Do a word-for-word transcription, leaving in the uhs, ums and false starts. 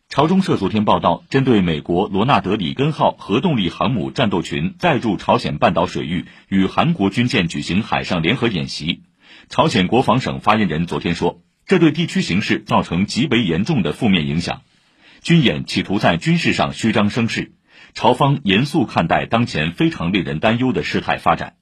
朝中社昨天报道，针对美国罗纳德·里根号核动力航母战斗群再驻朝鲜半岛水域与韩国军舰举行海上联合演习，朝鲜国防省发言人昨天说，这对地区形势造成极为严重的负面影响。军演企图在军事上虚张声势，朝方严肃看待当前非常令人担忧的事态发展。